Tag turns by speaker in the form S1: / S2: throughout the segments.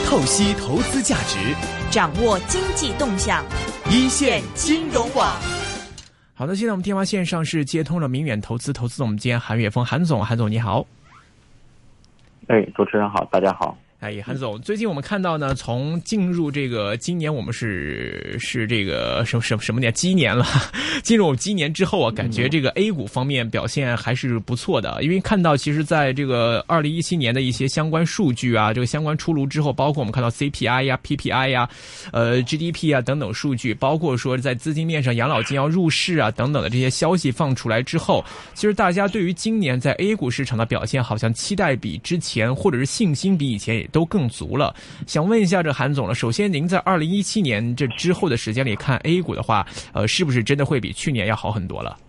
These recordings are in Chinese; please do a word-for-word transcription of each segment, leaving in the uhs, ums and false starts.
S1: 透析投资价值，
S2: 掌握经济动向，
S1: 一线金融网。
S3: 好的，现在我们电话线上是接通了明远投资投资总监韩岳峰，韩总，韩总你好。
S4: 哎，主持人好，大家好。
S3: 哎，韩总，最近我们看到呢，从进入这个今年我们是是这个什么什么什么年鸡年了，进入鸡年之后啊，感觉这个 A 股方面表现还是不错的，因为看到其实在这个二零一七年的一些相关数据啊，这个相关出炉之后，包括我们看到 C P I 呀、P P I 呀、呃 G D P 啊等等数据，包括说在资金面上养老金要入市啊等等的这些消息放出来之后，其实大家对于今年在 A 股市场的表现，好像期待比之前或者是信心比以前也都更足了。想问一下这韩总了，首先您在二零一七年这之后的时间里看 A 股的话，呃，是不是真的会比去年要好很多了？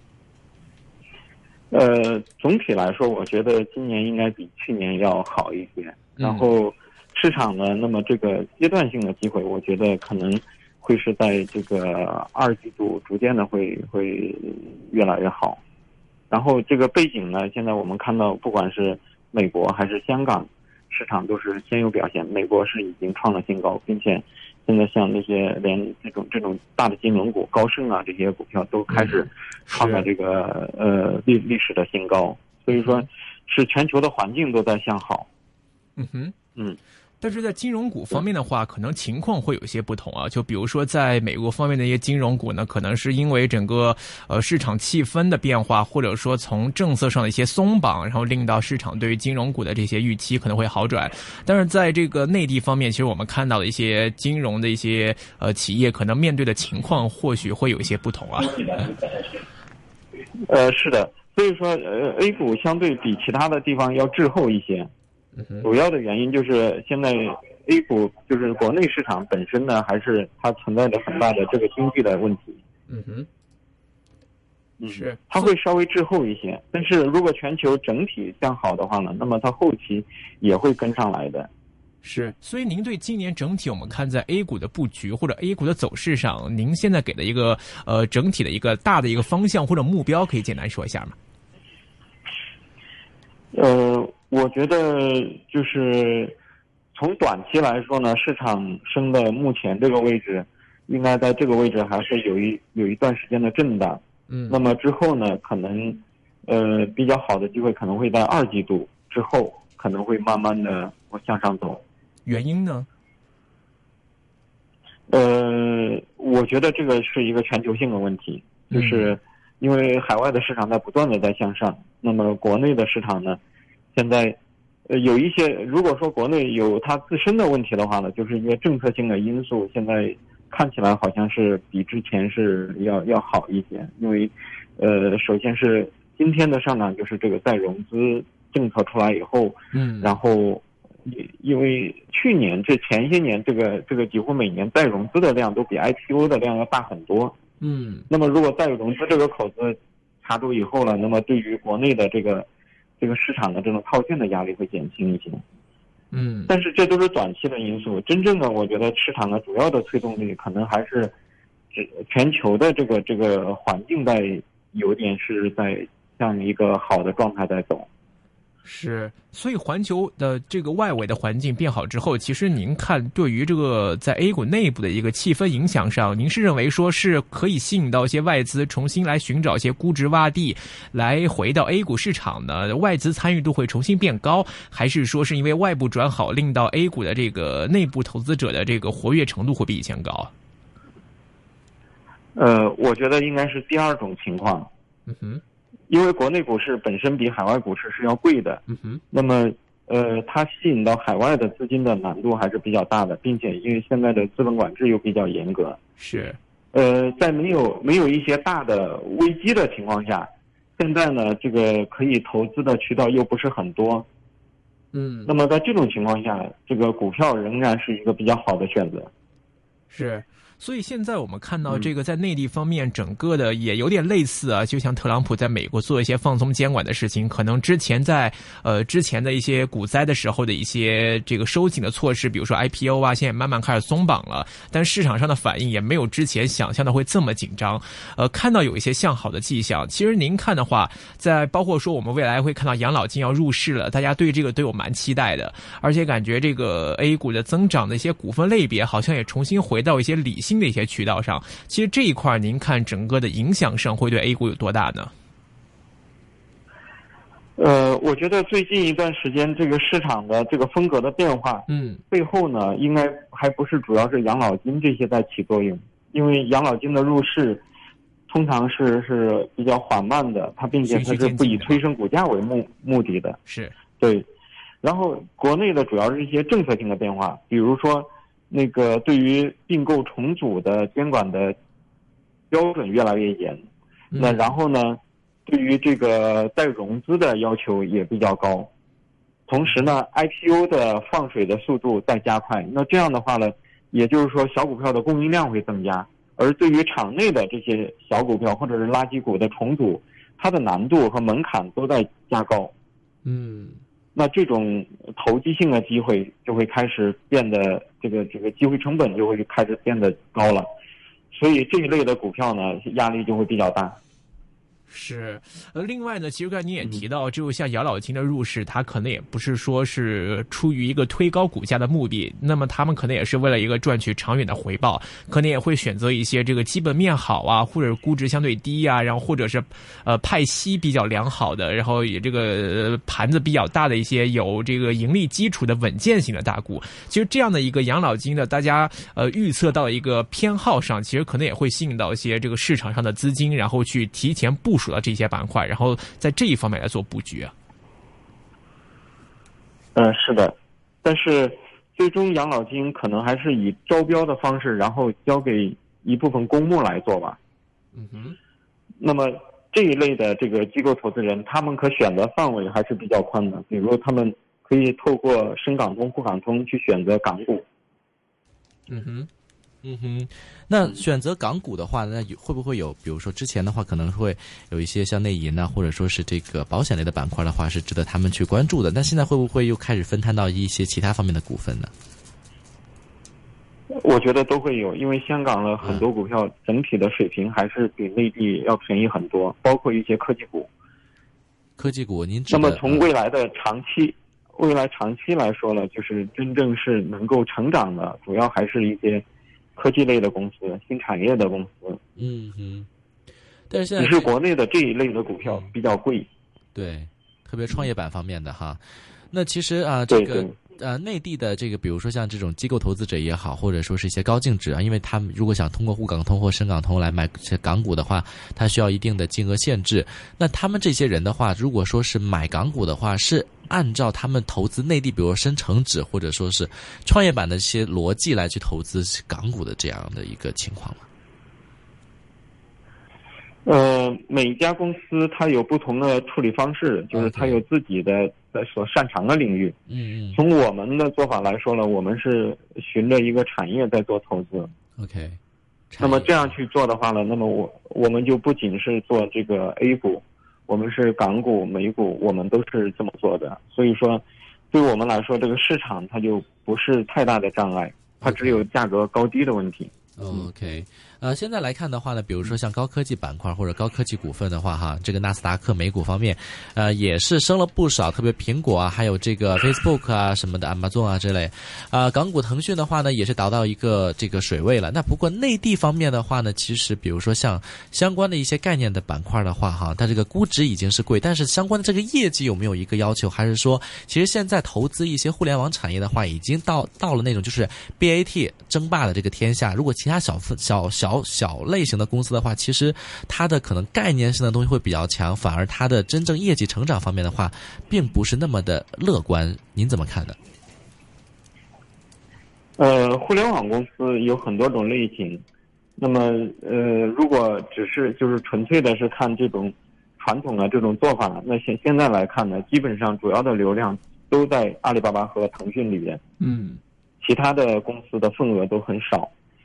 S4: 呃，总体来说，我觉得今年应该比去年要好一些。然后市场呢，那么这个阶段性的机会，我觉得可能会是在这个二季度逐渐的会会越来越好。然后这个背景呢，现在我们看到，不管是美国还是香港市场都是先有表现，美国是已经创了新高，并且现在像那些连这种这种大的金融股，高盛啊这些股票都开始创了这个呃历历史的新高，所以说是全球的环境都在向好。
S3: 嗯哼，
S4: 嗯。
S3: 但是在金融股方面的话，可能情况会有些不同啊。就比如说，在美国方面的一些金融股呢，可能是因为整个呃市场气氛的变化，或者说从政策上的一些松绑，然后令到市场对于金融股的这些预期可能会好转。但是在这个内地方面，其实我们看到的一些金融的一些呃企业，可能面对的情况或许会有一些不同啊。
S4: 呃，是的，所以说呃 A 股相对比其他的地方要滞后一些。主要的原因就是现在 A 股就是国内市场本身呢，还是它存在着很大的这个经济的问题。
S3: 嗯哼，
S4: 嗯，
S3: 是，
S4: 它会稍微滞后一些。但是如果全球整体向好的话呢，那么它后期也会跟上来的。
S3: 是，所以您对今年整体我们看在 A 股的布局或者 A 股的走势上，您现在给的一个呃整体的一个大的一个方向或者目标，可以简单说一下吗？
S4: 呃。我觉得就是从短期来说呢，市场升的目前这个位置，应该在这个位置还是有一有一段时间的震荡。
S3: 嗯，
S4: 那么之后呢，可能呃比较好的机会可能会在二季度之后，可能会慢慢的向上走。
S3: 原因呢？
S4: 呃，我觉得这个是一个全球性的问题，就是因为海外的市场在不断的在向上，那么国内的市场呢？现在，呃，有一些，如果说国内有它自身的问题的话呢，就是一些政策性的因素，现在看起来好像是比之前是要要好一些。因为，呃，首先是今天的上涨，就是这个再融资政策出来以后，
S3: 嗯，
S4: 然后，因为去年这前些年，这个这个几乎每年再融资的量都比 I P O 的量要大很多。
S3: 嗯，
S4: 那么如果再融资这个口子卡住以后了，那么对于国内的这个。这个市场的这种套现的压力会减轻一些，
S3: 嗯，
S4: 但是这都是短期的因素。真正的，我觉得市场的主要的推动力可能还是，这全球的这个这个环境在有点是在向一个好的状态在走。
S3: 是，所以环球的这个外围的环境变好之后，其实您看对于这个在 A 股内部的一个气氛影响上，您是认为说是可以吸引到一些外资重新来寻找一些估值洼地，来回到 A 股市场呢？外资参与度会重新变高，还是说是因为外部转好，令到 A 股的这个内部投资者的这个活跃程度会比以前高？
S4: 呃，我觉得应该是第二种情况。
S3: 嗯哼。
S4: 因为国内股市本身比海外股市是要贵的，
S3: 嗯哼，
S4: 那么呃，它吸引到海外的资金的难度还是比较大的，并且因为现在的资本管制又比较严格，
S3: 是，
S4: 呃，在没有没有一些大的危机的情况下，现在呢，这个可以投资的渠道又不是很多，
S3: 嗯，
S4: 那么在这种情况下，这个股票仍然是一个比较好的选择。
S3: 是。 所以现在我们看到这个在内地方面，整个的也有点类似啊，就像特朗普在美国做一些放松监管的事情，可能之前在呃之前的一些股灾的时候的一些这个收紧的措施，比如说 I P O 啊，现在慢慢开始松绑了，但市场上的反应也没有之前想象的会这么紧张。呃，看到有一些向好的迹象。其实您看的话，在包括说我们未来会看到养老金要入市了，大家对这个都有蛮期待的，而且感觉这个 A 股的增长的一些股份类别好像也重新回到一些理性的一些渠道上。其实这一块您看整个的影响上会对 A 股有多大呢？
S4: 呃，我觉得最近一段时间这个市场的这个风格的变化，
S3: 嗯，
S4: 背后呢，应该还不是主要是养老金这些在起作用，因为养老金的入市通常是是比较缓慢的，它并且它是不以推升股价为目目的的，
S3: 是
S4: 对。然后国内的主要是一些政策性的变化，比如说那个对于并购重组的监管的标准越来越严，
S3: 嗯、
S4: 那然后呢，对于这个再融资的要求也比较高，同时呢 I P O 的放水的速度在加快，那这样的话呢，也就是说小股票的供应量会增加，而对于场内的这些小股票或者是垃圾股的重组，它的难度和门槛都在加高。
S3: 嗯，
S4: 那这种投机性的机会就会开始变得这个这个机会成本就会开始变得高了，所以这一类的股票呢，压力就会比较大。
S3: 是，呃，另外呢，其实刚才您也提到，就像养老金的入市，它可能也不是说是出于一个推高股价的目的，那么他们可能也是为了一个赚取长远的回报，可能也会选择一些这个基本面好啊，或者估值相对低啊，然后或者是呃派息比较良好的，然后也这个盘子比较大的一些有这个盈利基础的稳健型的大股。其实这样的一个养老金的，大家呃预测到一个偏好上，其实可能也会吸引到一些这个市场上的资金，然后去提前部署到这些板块，然后在这一方面来做布局啊。
S4: 嗯、呃，是的，但是最终养老金可能还是以招标的方式，然后交给一部分公募来做吧。
S3: 嗯哼。
S4: 那么这一类的这个机构投资人，他们可选择范围还是比较宽的，比如他们可以透过深港通、沪港通去选择港股。
S5: 嗯哼。嗯哼，那选择港股的话，那会不会有，比如说之前的话，可能会有一些像内银啊，或者说是这个保险类的板块的话，是值得他们去关注的。那现在会不会又开始分摊到一些其他方面的股份呢？
S4: 我觉得都会有，因为香港的很多股票整体的水平还是比内地要便宜很多，包括一些科技股。
S5: 科技股，您
S4: 那么从未来的长期，未来长期来说呢，就是真正是能够成长的，主要还是一些科技类的公司、新产业的公司。
S5: 嗯哼，但是现在
S4: 只是国内的这一类的股票比较贵。
S5: 对，特别创业板方面的哈。那其实啊，这个
S4: 对对
S5: 呃，内地的这个，比如说像这种机构投资者也好，或者说是一些高净值啊，因为他们如果想通过沪港通或深港通来买港股的话，它需要一定的金额限制。那他们这些人的话，如果说是买港股的话，是按照他们投资内地，比如说深成指或者说是创业板的一些逻辑来去投资港股的这样的一个情况吗？
S4: 呃，每一家公司它有不同的处理方式，就是它有自己的所擅长的领域。
S5: 嗯嗯。
S4: 从我们的做法来说呢，我们是循着一个产业在做投资。
S5: OK。
S4: 那么这样去做的话呢，那么我我们就不仅是做这个 A 股，我们是港股、美股，我们都是这么做的。所以说，对我们来说，这个市场它就不是太大的障碍，它只有价格高低的问题。
S5: OK，呃，现在来看的话呢，比如说像高科技板块或者高科技股份的话，哈，这个纳斯达克美股方面，呃，也是升了不少，特别苹果啊，还有这个 Facebook 啊什么的 ，Amazon 啊之类，啊、呃，港股腾讯的话呢，也是达到一个这个水位了。那不过内地方面的话呢，其实比如说像相关的一些概念的板块的话，哈，它这个估值已经是贵，但是相关的这个业绩有没有一个要求？还是说，其实现在投资一些互联网产业的话，已经到到了那种就是 B A T 争霸的这个天下，如果其他小小小小类型的公司的话，其实它的可能概念性的东西会比较强，反而它的真正业绩成长方面的话，并不是那么的乐观。您怎么看呢？
S4: 呃，互联网公司有很多种类型，那么呃，如果只是就是纯粹的是看这种传统的这种做法，那现现在来看呢，基本上主要的流量都在阿里巴巴和腾讯里边，
S3: 嗯，
S4: 其他的公司的份额都很少。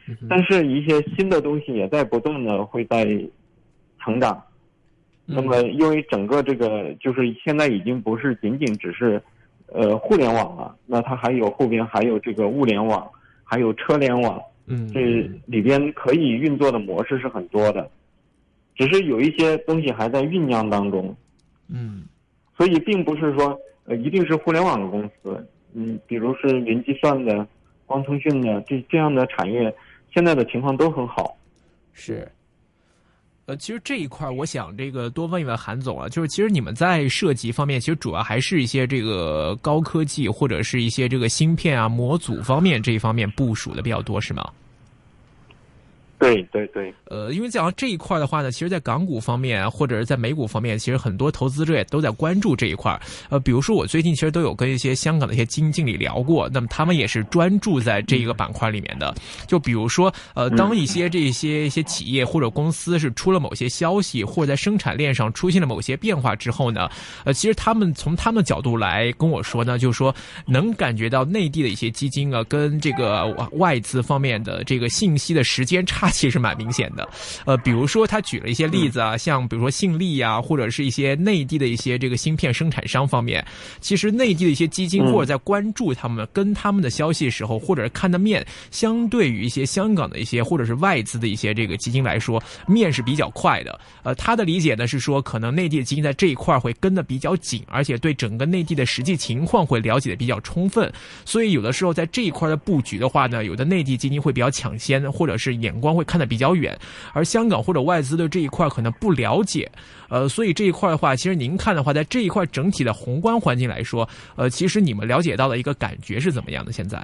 S4: 但是一些新的东西也在不断的会在成长。那么因为整个这个就是现在已经不是仅仅只是呃互联网了，那它还有后边还有这个物联网，还有车联网，
S3: 嗯，
S4: 这里边可以运作的模式是很多的，只是有一些东西还在酝酿当中。
S3: 嗯，
S4: 所以并不是说呃一定是互联网的公司，嗯，比如是云计算的、光通讯的这这样的产业，现在的情况都很好。
S3: 是。呃，其实这一块我想这个多问一问韩总啊，就是其实你们在设计方面，其实主要还是一些这个高科技或者是一些这个芯片啊、模组方面这一方面部署的比较多，是吗？
S4: 对对对，
S3: 呃，因为讲到这一块的话呢，其实，在港股方面或者是在美股方面，其实很多投资者也都在关注这一块。呃，比如说我最近其实都有跟一些香港的一些基金经理聊过，那么他们也是专注在这一个板块里面的。就比如说，呃，当一些这些一些企业或者公司是出了某些消息，或者在生产链上出现了某些变化之后呢，呃，其实他们从他们的角度来跟我说呢，就是说能感觉到内地的一些基金啊，跟这个外资方面的这个信息的时间差其实蛮明显的。呃，比如说他举了一些例子啊，像比如说信利啊，或者是一些内地的一些这个芯片生产商方面，其实内地的一些基金或者在关注他们跟他们的消息的时候，或者是看的面，相对于一些香港的一些或者是外资的一些这个基金来说，面是比较快的。呃，他的理解呢是说，可能内地的基金在这一块会跟得比较紧，而且对整个内地的实际情况会了解的比较充分，所以有的时候在这一块的布局的话呢，有的内地基金会比较抢先，或者是眼光会看得比较远，而香港或者外资的这一块可能不了解。呃，所以这一块的话，其实您看的话，在这一块整体的宏观环境来说，呃，其实你们了解到的一个感觉是怎么样的？现在，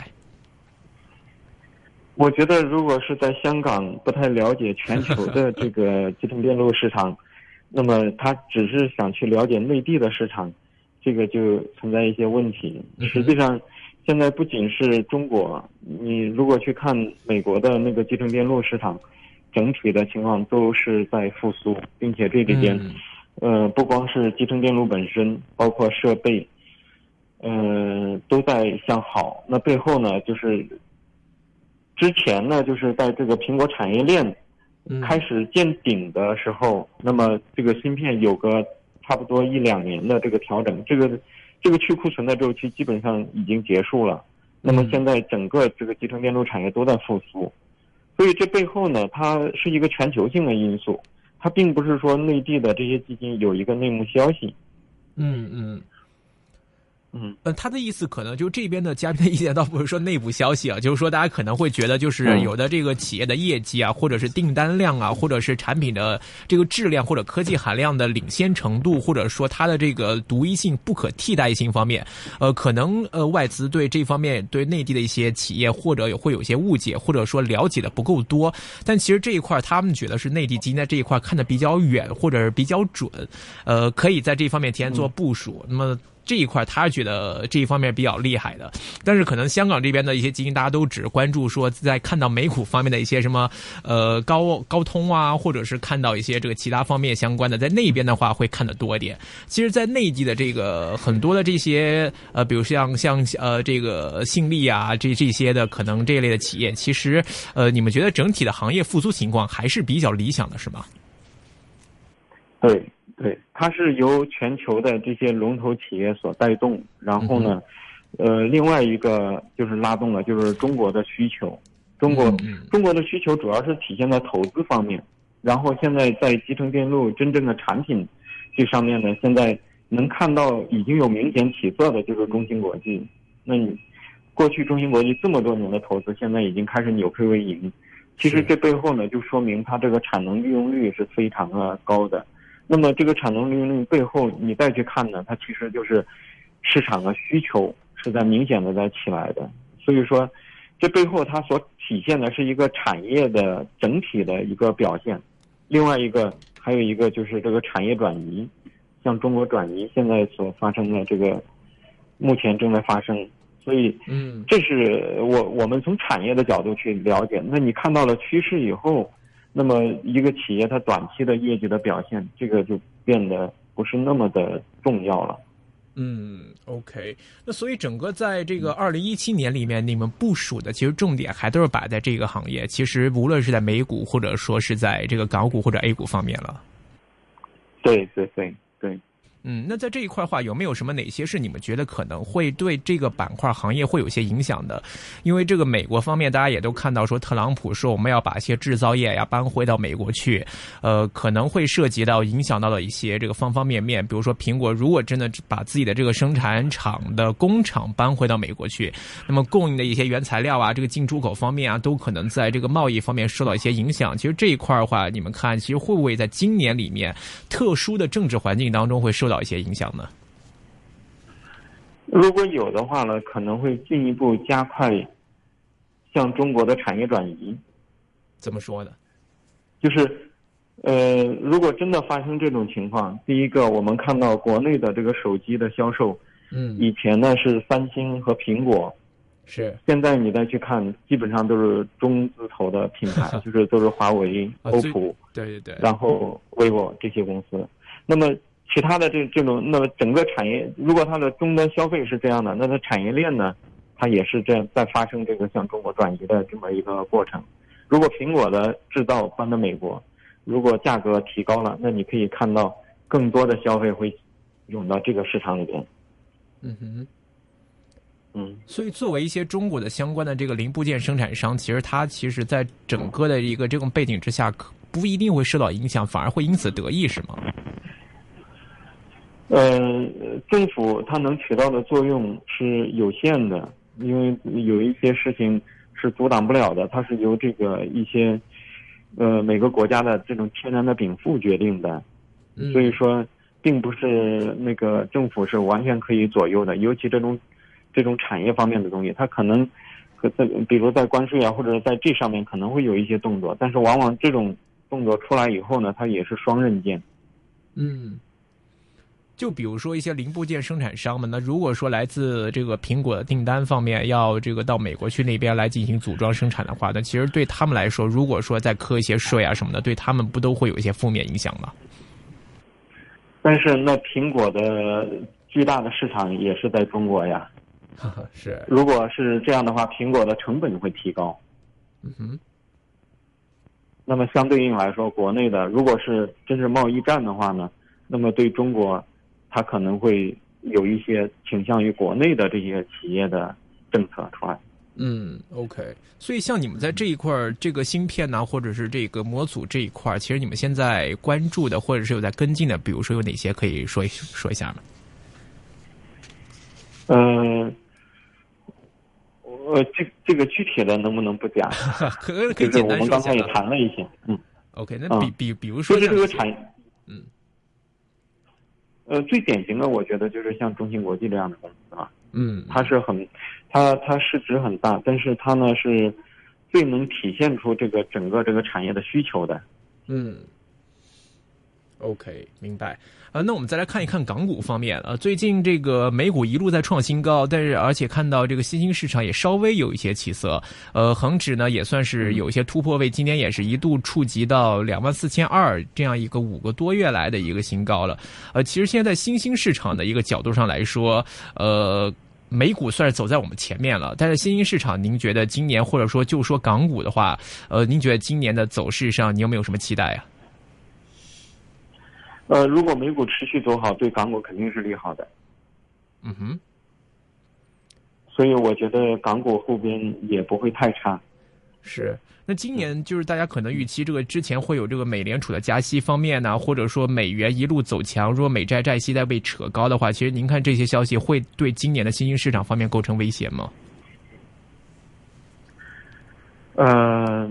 S4: 我觉得如果是在香港不太了解全球的这个集成电路市场，那么他只是想去了解内地的市场，这个就存在一些问题。实际上，现在不仅是中国，你如果去看美国的那个集成电路市场，整体的情况都是在复苏，并且这里边，嗯、呃，不光是集成电路本身，包括设备，嗯、呃，都在向好。那背后呢，就是之前呢，就是在这个苹果产业链开始见顶的时候，嗯、那么这个芯片有个差不多一两年的这个调整，这个这个去库存的周期基本上已经结束了。那么现在整个这个集成电路产业都在复苏。所以这背后呢，它是一个全球性的因素，它并不是说内地的这些基金有一个内幕消息。
S3: 嗯嗯。
S4: 嗯，
S3: 呃，他的意思可能就这边的嘉宾的意见倒不是说内部消息啊，就是说大家可能会觉得就是有的这个企业的业绩啊，或者是订单量啊，或者是产品的这个质量或者科技含量的领先程度，或者说它的这个独一性、不可替代性方面，呃，可能呃外资对这方面对内地的一些企业或者有会有一些误解，或者说了解的不够多。但其实这一块他们觉得是内地基金在这一块看得比较远，或者是比较准，呃，可以在这方面提前做部署。那么这一块他是觉得这一方面比较厉害的，但是可能香港这边的一些基金大家都只关注说在看到美股方面的一些什么呃高高通啊，或者是看到一些这个其他方面相关的，在那边的话会看得多一点。其实在内地的这个很多的这些呃比如像像呃这个信利啊这这些的可能这一类的企业，其实呃你们觉得整体的行业复苏情况还是比较理想的，是吗？
S4: 对对，它是由全球的这些龙头企业所带动，然后呢，嗯、呃，另外一个就是拉动了，就是中国的需求。中国、嗯、中国的需求主要是体现在投资方面，然后现在在集成电路真正的产品这上面呢，现在能看到已经有明显起色的就是中芯国际。那你过去中芯国际这么多年的投资，现在已经开始扭亏为盈。其实这背后呢，就说明它这个产能利用率是非常的高的。那么这个产能利用率背后，你再去看呢，它其实就是市场的需求是在明显的在起来的。所以说，这背后它所体现的是一个产业的整体的一个表现。另外一个还有一个就是这个产业转移，像中国转移现在所发生的这个，目前正在发生。所以，嗯，这是我我们从产业的角度去了解。那你看到了趋势以后，那么一个企业它短期的业绩的表现，这个就变得不是那么的重要了。
S3: 嗯 ，OK， 那所以整个在这个二零一七年里面，你们部署的其实重点还都是摆在这个行业，其实无论是在美股或者说是在这个港股或者 A 股方面了。
S4: 对对对对。
S3: 嗯，那在这一块的话，有没有什么哪些是你们觉得可能会对这个板块行业会有些影响的？因为这个美国方面，大家也都看到说，特朗普说我们要把一些制造业呀搬回到美国去，呃，可能会涉及到影响到了一些这个方方面面。比如说，苹果如果真的把自己的这个生产厂的工厂搬回到美国去，那么供应的一些原材料啊，这个进出口方面啊，都可能在这个贸易方面受到一些影响。其实这一块的话，你们看，其实会不会在今年里面特殊的政治环境当中会受到一些影响呢？
S4: 如果有的话呢，可能会进一步加快向中国的产业转移。
S3: 怎么说呢？
S4: 就是呃，如果真的发生这种情况，第一个，我们看到国内的这个手机的销售，
S3: 嗯，
S4: 以前呢是三星和苹果，
S3: 是，
S4: 现在你再去看，基本上都是中字头的品牌，就是都是华为、
S3: 啊、
S4: 欧普，
S3: 对对对，
S4: 然后 vivo 这些公司。那么其他的这这种，那么整个产业，如果它的终端消费是这样的，那它产业链呢，它也是这样在发生这个向中国转移的这么一个过程。如果苹果的制造搬到美国，如果价格提高了，那你可以看到更多的消费会涌到这个市场里边。
S3: 嗯哼。
S4: 嗯，
S3: 所以作为一些中国的相关的这个零部件生产商，其实它其实在整个的一个这种背景之下，不一定会受到影响，反而会因此得益，是吗？
S4: 呃，政府它能起到的作用是有限的，因为有一些事情是阻挡不了的，它是由这个一些呃每个国家的这种天然的禀赋决定的，所以说并不是那个政府是完全可以左右的，尤其这种这种产业方面的东西，它可能可在比如在关税啊或者在这上面可能会有一些动作，但是往往这种动作出来以后呢，它也是双刃剑。
S3: 嗯。就比如说一些零部件生产商们，那如果说来自这个苹果的订单方面要这个到美国去那边来进行组装生产的话，那其实对他们来说，如果说再课一些税啊什么的，对他们不都会有一些负面影响吗？
S4: 但是那苹果的巨大的市场也是在中国呀。
S3: 是。
S4: 如果是这样的话，苹果的成本会提高。
S3: 嗯哼。
S4: 那么相对应来说，国内的如果是真是贸易战的话呢，那么对中国它可能会有一些倾向于国内的这些企业的政策出来。
S3: 嗯 ，OK。所以像你们在这一块这个芯片呢、啊，或者是这个模组这一块，其实你们现在关注的或者是有在跟进的，比如说有哪些可以说一说一下吗？
S4: 呃，呃，这这个具体的能不能不讲？
S3: 可可以简单说一下。
S4: 就是我们刚才也谈了一些，嗯。
S3: OK， 那比、嗯、比比如说
S4: 就是这个产业，
S3: 嗯。
S4: 呃，最典型的，我觉得就是像中芯国际这样的公司啊，
S3: 嗯，
S4: 它是很，它它市值很大，但是它呢是最能体现出这个整个这个产业的需求的。
S3: 嗯 ，OK， 明白。呃，那我们再来看一看港股方面。呃，最近这个美股一路在创新高，但是而且看到这个新兴市场也稍微有一些起色。呃，恒指呢也算是有一些突破位，今年也是一度触及到两万四千二这样一个五个多月来的一个新高了。呃，其实现在在新兴市场的一个角度上来说，呃。美股算是走在我们前面了，但是新兴市场，您觉得今年或者说就说港股的话，呃，您觉得今年的走势上，你有没有什么期待啊？
S4: 呃，如果美股持续走好，对港股肯定是利好的。
S3: 嗯哼。
S4: 所以我觉得港股后边也不会太差。
S3: 是。那今年就是大家可能预期这个之前会有这个美联储的加息方面呢、啊，或者说美元一路走强，如果美债债息在被扯高的话，其实您看这些消息会对今年的新兴市场方面构成威胁吗？
S4: 呃，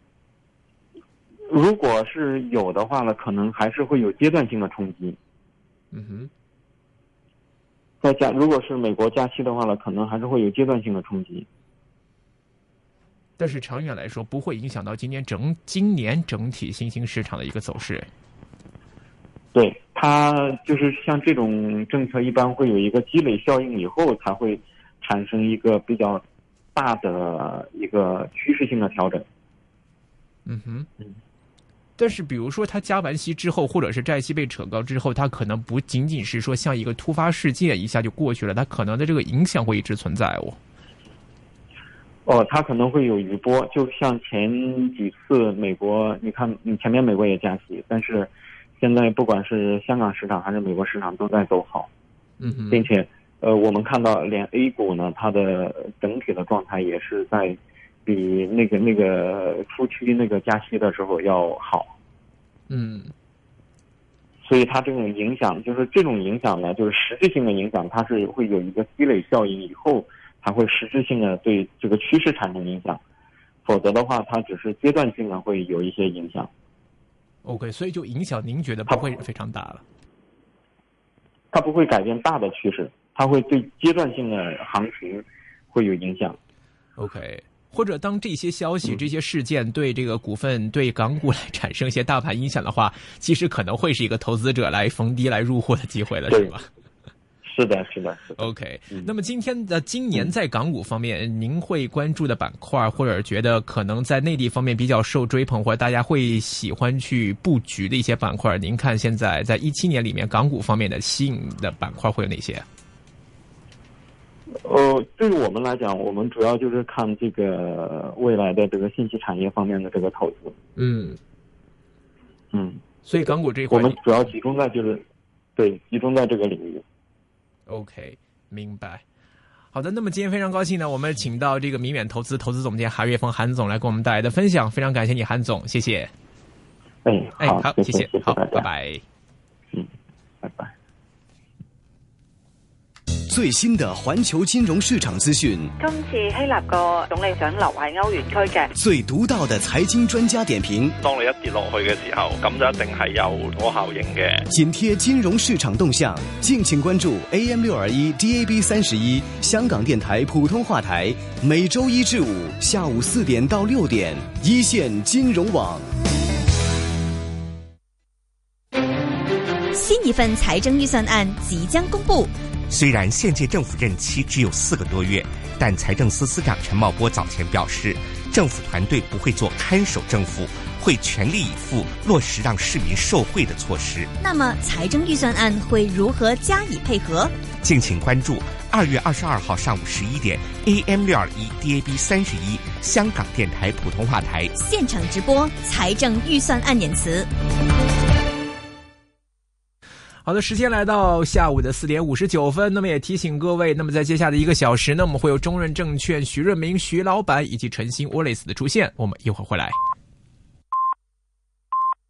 S4: 如果是有的话呢，可能还是会有阶段性的冲击。
S3: 嗯哼。
S4: 再加，如果是美国加息的话呢，可能还是会有阶段性的冲击。
S3: 但是长远来说，不会影响到今年整今年整体新兴市场的一个走势。
S4: 对，它就是像这种政策，一般会有一个积累效应以后，才会产生一个比较大的一个趋势性的调整。
S3: 嗯哼，
S4: 嗯
S3: 但是比如说它加完息之后，或者是债息被扯高之后，它可能不仅仅是说像一个突发事件一下就过去了，它可能的这个影响会一直存在哦。
S4: 哦，它可能会有余波，就像前几次美国，你看，你前面美国也加息，但是现在不管是香港市场还是美国市场都在走好，
S3: 嗯，
S4: 并且呃，我们看到连 A 股呢，它的整体的状态也是在比那个那个初期那个加息的时候要好，
S3: 嗯，
S4: 所以它这种影响，就是这种影响呢，就是实质性的影响，它是会有一个积累效应以后。它会实质性的对这个趋势产生影响，否则的话，它只是阶段性的会有一些影响。
S3: OK， 所以就影响您觉得不会非常大了？
S4: 它不会改变大的趋势，它会对阶段性的行情会有影响。
S3: OK， 或者当这些消息、嗯、这些事件对这个股份、对港股来产生一些大盘影响的话，其实可能会是一个投资者来逢低来入货的机会了，是吧？
S4: 是的，是的，是的。
S3: OK，、嗯、那么今天的今年在港股方面，嗯、您会关注的板块，或者觉得可能在内地方面比较受追捧，或者大家会喜欢去布局的一些板块，您看现在在一七年里面港股方面的吸引的板块会有哪些？
S4: 呃，对于我们来讲，我们主要就是看这个未来的这个信息产业方面的这个投资。
S3: 嗯
S4: 嗯，
S3: 所以港股这一块，
S4: 我们主要集中在就是对集中在这个领域。
S3: OK， 明白。好的，那么今天非常高兴呢，我们请到这个明远投资投资总监韩岳峰韩总来给我们带来的分享，非常感谢你韩总，谢谢。
S4: 哎，
S3: 哎，好，谢谢，好，拜拜。
S4: 嗯，拜拜。
S1: 最新的環球金融市場資訊，
S6: 今次希臘個總理想留喺歐元區嘅，
S1: 最獨到的財經專家點評。
S7: 當你一跌落去嘅時候，咁就一定係有個效應嘅。
S1: 緊貼金融市場動向，敬請關注 A M 六二一 D A B 三十一香港電台普通話台，每週一至五下午四點到六點，一線金融網。
S2: 新一份財政預算案即將公布。
S8: 雖然現屆政府任期只有四個多月，但財政司司長陳茂波早前表示，政府團隊不會做看守政府，會全力以赴落實讓市民受惠的措施。
S2: 那麼財政預算案會如何加以配合？
S8: 敬請關注二月二十二號上午十一點 A M 六二一 D A B 三十一香港電台普通話台
S2: 現場直播財政預算案演詞。
S3: 好的，時間來到下午的四點五十九分，那麼也提醒各位，那麼在接下來的一個小時呢，我們會有中潤證券徐潤明徐老闆以及陳新 Wallace 的出現，我們一會兒回來。